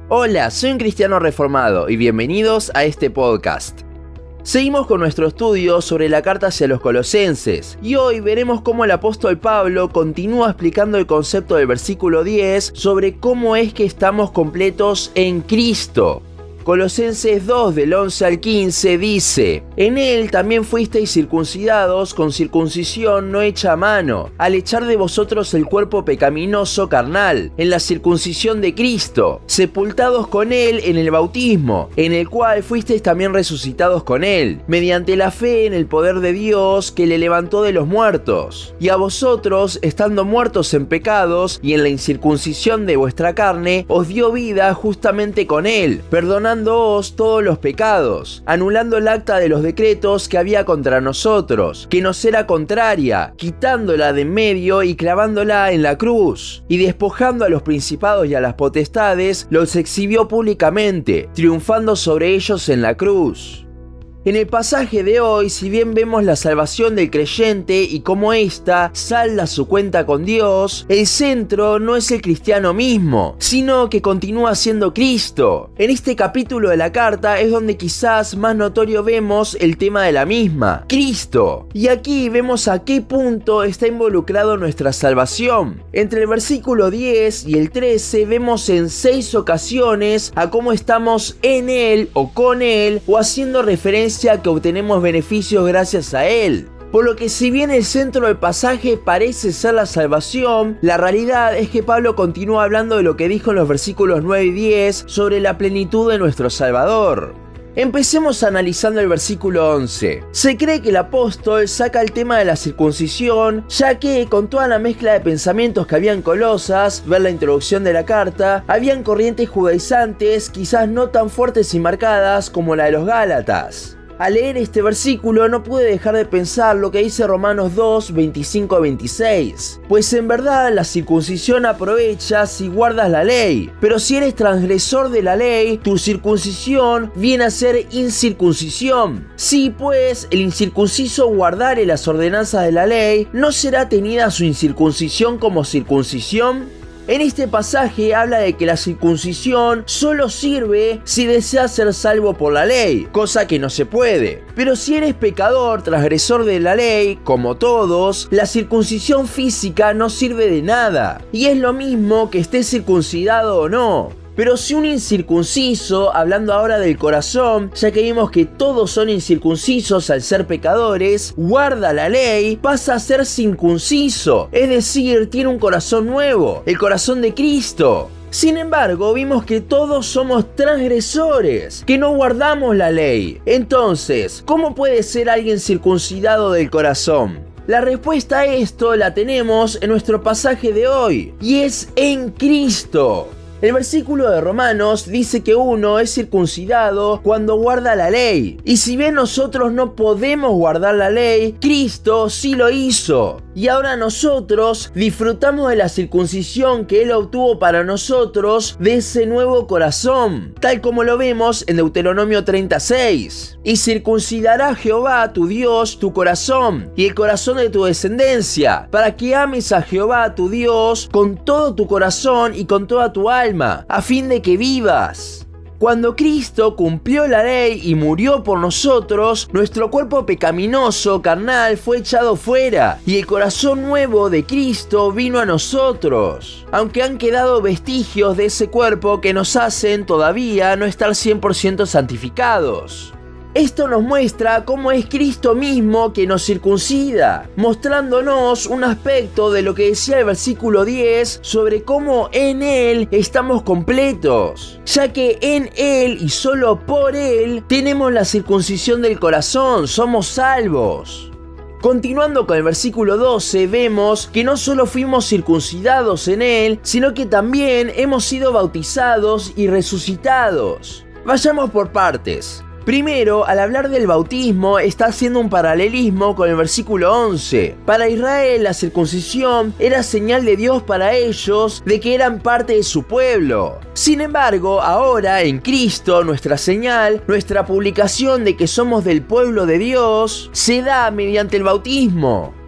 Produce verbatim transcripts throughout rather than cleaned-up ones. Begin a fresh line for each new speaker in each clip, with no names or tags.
Hola, soy un cristiano reformado y bienvenidos a este podcast. Seguimos con nuestro estudio sobre la carta hacia los colosenses y hoy veremos cómo el apóstol Pablo continúa explicando el concepto del versículo diez sobre cómo es que estamos completos en Cristo. Colosenses dos del once al quince dice: En él también fuisteis circuncidados con circuncisión no hecha a mano, al echar de vosotros el cuerpo pecaminoso carnal, en la circuncisión de Cristo, sepultados con él en el bautismo, en el cual fuisteis también resucitados con él, mediante la fe en el poder de Dios que le levantó de los muertos. Y a vosotros, estando muertos en pecados y en la incircuncisión de vuestra carne, os dio vida justamente con él, perdonando todos los pecados, anulando el acta de los decretos que había contra nosotros, que nos era contraria, quitándola de en medio y clavándola en la cruz, y despojando a los principados y a las potestades, los exhibió públicamente, triunfando sobre ellos en la cruz. En el pasaje de hoy, si bien vemos la salvación del creyente y cómo ésta salda su cuenta con Dios, el centro no es el cristiano mismo, sino que continúa siendo Cristo. En este capítulo de la carta es donde quizás más notorio vemos el tema de la misma, Cristo. Y aquí vemos a qué punto está involucrado nuestra salvación. Entre el versículo diez y el trece vemos en seis ocasiones a cómo estamos en Él o con Él o haciendo referencia a que obtenemos beneficios gracias a Él. Por lo que si bien el centro del pasaje parece ser la salvación, la realidad es que Pablo continúa hablando de lo que dijo en los versículos nueve y diez sobre la plenitud de nuestro Salvador. Empecemos analizando el versículo once. Se cree que el apóstol saca el tema de la circuncisión, ya que con toda la mezcla de pensamientos que había en Colosas, ver la introducción de la carta, habían corrientes judaizantes quizás no tan fuertes y marcadas como la de los Gálatas. Al leer este versículo no pude dejar de pensar lo que dice Romanos dos, veinticinco a veintiséis. Pues en verdad la circuncisión aprovecha si guardas la ley, pero si eres transgresor de la ley, tu circuncisión viene a ser incircuncisión. Si pues el incircunciso guardare las ordenanzas de la ley, ¿no será tenida su incircuncisión como circuncisión? En este pasaje habla de que la circuncisión solo sirve si deseas ser salvo por la ley, cosa que no se puede. Pero si eres pecador, transgresor de la ley, como todos, la circuncisión física no sirve de nada. Y es lo mismo que estés circuncidado o no. Pero si un incircunciso, hablando ahora del corazón, ya que vimos que todos son incircuncisos al ser pecadores, guarda la ley, pasa a ser circunciso, es decir, tiene un corazón nuevo, el corazón de Cristo. Sin embargo, vimos que todos somos transgresores, que no guardamos la ley. Entonces, ¿cómo puede ser alguien circuncidado del corazón? La respuesta a esto la tenemos en nuestro pasaje de hoy, y es en Cristo. El versículo de Romanos dice que uno es circuncidado cuando guarda la ley. Y si bien nosotros no podemos guardar la ley, Cristo sí lo hizo. Y ahora nosotros disfrutamos de la circuncisión que Él obtuvo para nosotros, de ese nuevo corazón, tal como lo vemos en Deuteronomio treinta y seis. Y circuncidará Jehová tu Dios tu corazón y el corazón de tu descendencia, para que ames a Jehová tu Dios con todo tu corazón y con toda tu alma, a fin de que vivas. Cuando Cristo cumplió la ley y murió por nosotros, nuestro cuerpo pecaminoso, carnal, fue echado fuera y el corazón nuevo de Cristo vino a nosotros. Aunque han quedado vestigios de ese cuerpo que nos hacen todavía no estar cien por ciento santificados. Esto nos muestra cómo es Cristo mismo que nos circuncida, mostrándonos un aspecto de lo que decía el versículo diez sobre cómo en Él estamos completos, ya que en Él y solo por Él tenemos la circuncisión del corazón, somos salvos. Continuando con el versículo doce, vemos que no solo fuimos circuncidados en Él, sino que también hemos sido bautizados y resucitados. Vayamos por partes. Primero, al hablar del bautismo, está haciendo un paralelismo con el versículo once. Para Israel, la circuncisión era señal de Dios para ellos de que eran parte de su pueblo. Sin embargo, ahora en Cristo, nuestra señal, nuestra publicación de que somos del pueblo de Dios, se da mediante el bautismo.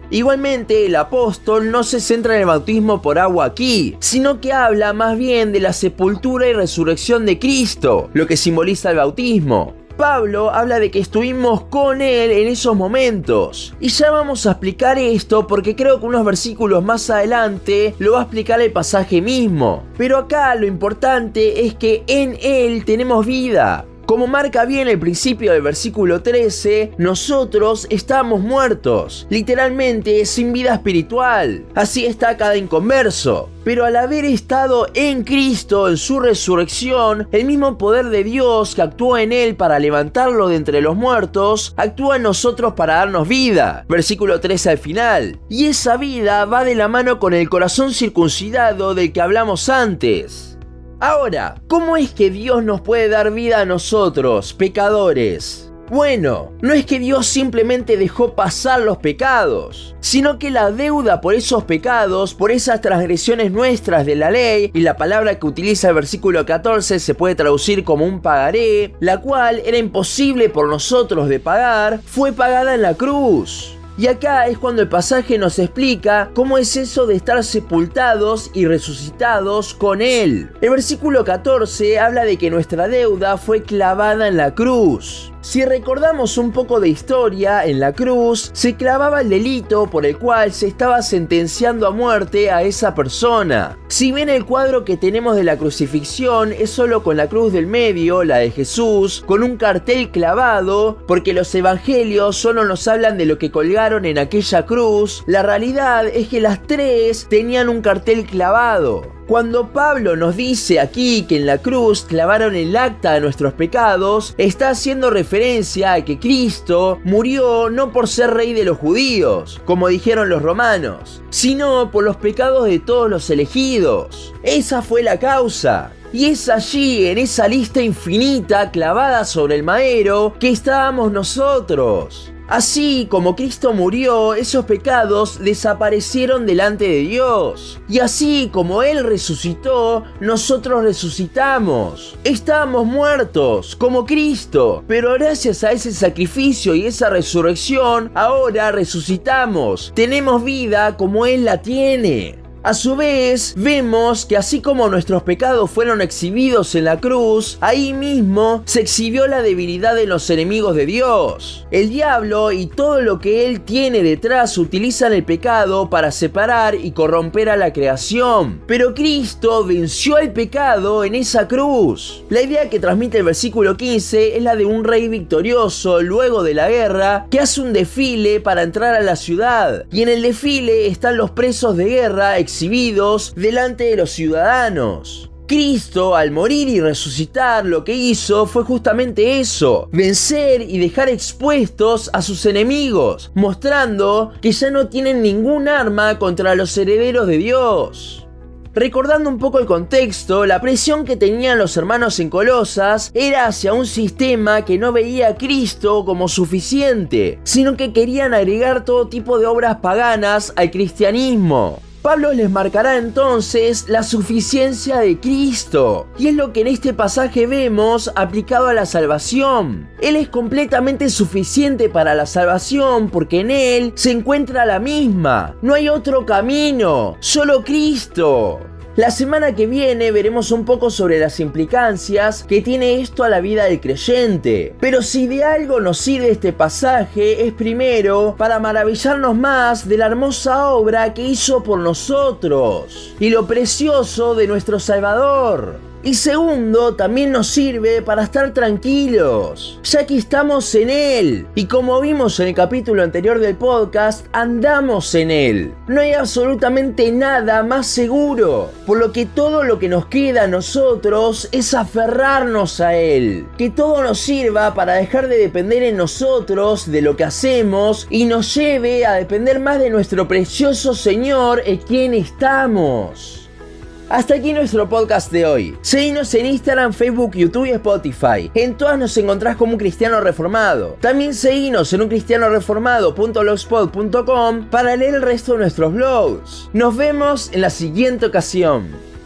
Igualmente, el apóstol no se centra en el bautismo por agua aquí, sino que habla más bien de la sepultura y resurrección de Cristo, lo que simboliza el bautismo. Pablo habla de que estuvimos con él en esos momentos. Y ya vamos a explicar esto porque creo que unos versículos más adelante lo va a explicar el pasaje mismo. Pero acá lo importante es que en él tenemos vida. Como marca bien el principio del versículo trece, nosotros estamos muertos, literalmente sin vida espiritual. Así está cada inconverso. Pero al haber estado en Cristo, en su resurrección, el mismo poder de Dios que actuó en él para levantarlo de entre los muertos, actúa en nosotros para darnos vida. Versículo trece al final. Y esa vida va de la mano con el corazón circuncidado del que hablamos antes. Ahora, ¿cómo es que Dios nos puede dar vida a nosotros, pecadores? Bueno, no es que Dios simplemente dejó pasar los pecados, sino que la deuda por esos pecados, por esas transgresiones nuestras de la ley, y la palabra que utiliza el versículo catorce se puede traducir como un pagaré, la cual era imposible por nosotros de pagar, fue pagada en la cruz. Y acá es cuando el pasaje nos explica cómo es eso de estar sepultados y resucitados con Él. El versículo catorce habla de que nuestra deuda fue clavada en la cruz. Si recordamos un poco de historia, en la cruz se clavaba el delito por el cual se estaba sentenciando a muerte a esa persona. Si bien el cuadro que tenemos de la crucifixión es solo con la cruz del medio, la de Jesús, con un cartel clavado, porque los evangelios solo nos hablan de lo que colgaron en aquella cruz, la realidad es que las tres tenían un cartel clavado. Cuando Pablo nos dice aquí que en la cruz clavaron el acta de nuestros pecados, está haciendo referencia a que Cristo murió no por ser rey de los judíos, como dijeron los romanos, sino por los pecados de todos los elegidos. Esa fue la causa. Y es allí, en esa lista infinita clavada sobre el madero, que estábamos nosotros. Así como Cristo murió, esos pecados desaparecieron delante de Dios. Y así como Él resucitó, nosotros resucitamos. Estábamos muertos, como Cristo, pero gracias a ese sacrificio y esa resurrección, ahora resucitamos. Tenemos vida como Él la tiene. A su vez, vemos que así como nuestros pecados fueron exhibidos en la cruz, ahí mismo se exhibió la debilidad de los enemigos de Dios. El diablo y todo lo que él tiene detrás utilizan el pecado para separar y corromper a la creación. Pero Cristo venció el pecado en esa cruz. La idea que transmite el versículo quince es la de un rey victorioso luego de la guerra que hace un desfile para entrar a la ciudad. Y en el desfile están los presos de guerra exhibidos delante de los ciudadanos. Cristo, al morir y resucitar, lo que hizo fue justamente eso, vencer y dejar expuestos a sus enemigos, mostrando que ya no tienen ningún arma contra los herederos de Dios. Recordando un poco el contexto, la presión que tenían los hermanos en Colosas era hacia un sistema que no veía a Cristo como suficiente, sino que querían agregar todo tipo de obras paganas al cristianismo. Pablo les marcará entonces la suficiencia de Cristo, y es lo que en este pasaje vemos aplicado a la salvación. Él es completamente suficiente para la salvación porque en Él se encuentra la misma. No hay otro camino, solo Cristo. La semana que viene veremos un poco sobre las implicancias que tiene esto a la vida del creyente. Pero si de algo nos sirve este pasaje es primero para maravillarnos más de la hermosa obra que hizo por nosotros y lo precioso de nuestro Salvador. Y segundo, también nos sirve para estar tranquilos, ya que estamos en Él. Y como vimos en el capítulo anterior del podcast, andamos en Él. No hay absolutamente nada más seguro, por lo que todo lo que nos queda a nosotros es aferrarnos a Él. Que todo nos sirva para dejar de depender en nosotros, de lo que hacemos, y nos lleve a depender más de nuestro precioso Señor en quien estamos. Hasta aquí nuestro podcast de hoy. Seguinos en Instagram, Facebook, YouTube y Spotify. En todas nos encontrás como un cristiano reformado. También seguinos en un cristiano reformado punto blogspot punto com para leer el resto de nuestros blogs. Nos vemos en la siguiente ocasión.